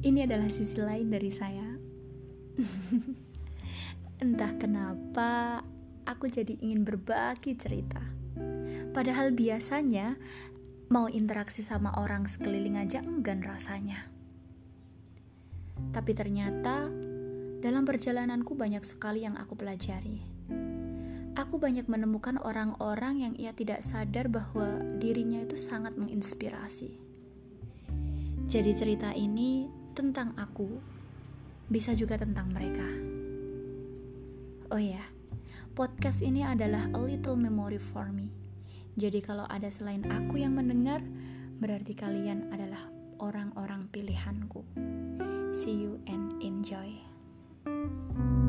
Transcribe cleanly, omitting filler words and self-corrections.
Ini adalah sisi lain dari saya. Entah kenapa aku jadi ingin berbagi cerita. Padahal biasanya mau interaksi sama orang sekeliling aja enggan rasanya. Tapi ternyata dalam perjalananku banyak sekali yang aku pelajari. Aku banyak menemukan orang-orang yang ia tidak sadar bahwa dirinya itu sangat menginspirasi. Jadi cerita ini tentang aku, bisa juga tentang mereka. Oh ya, podcast ini adalah a little memory for me. Jadi kalau ada selain aku yang mendengar, berarti kalian adalah orang-orang pilihanku. See you and enjoy.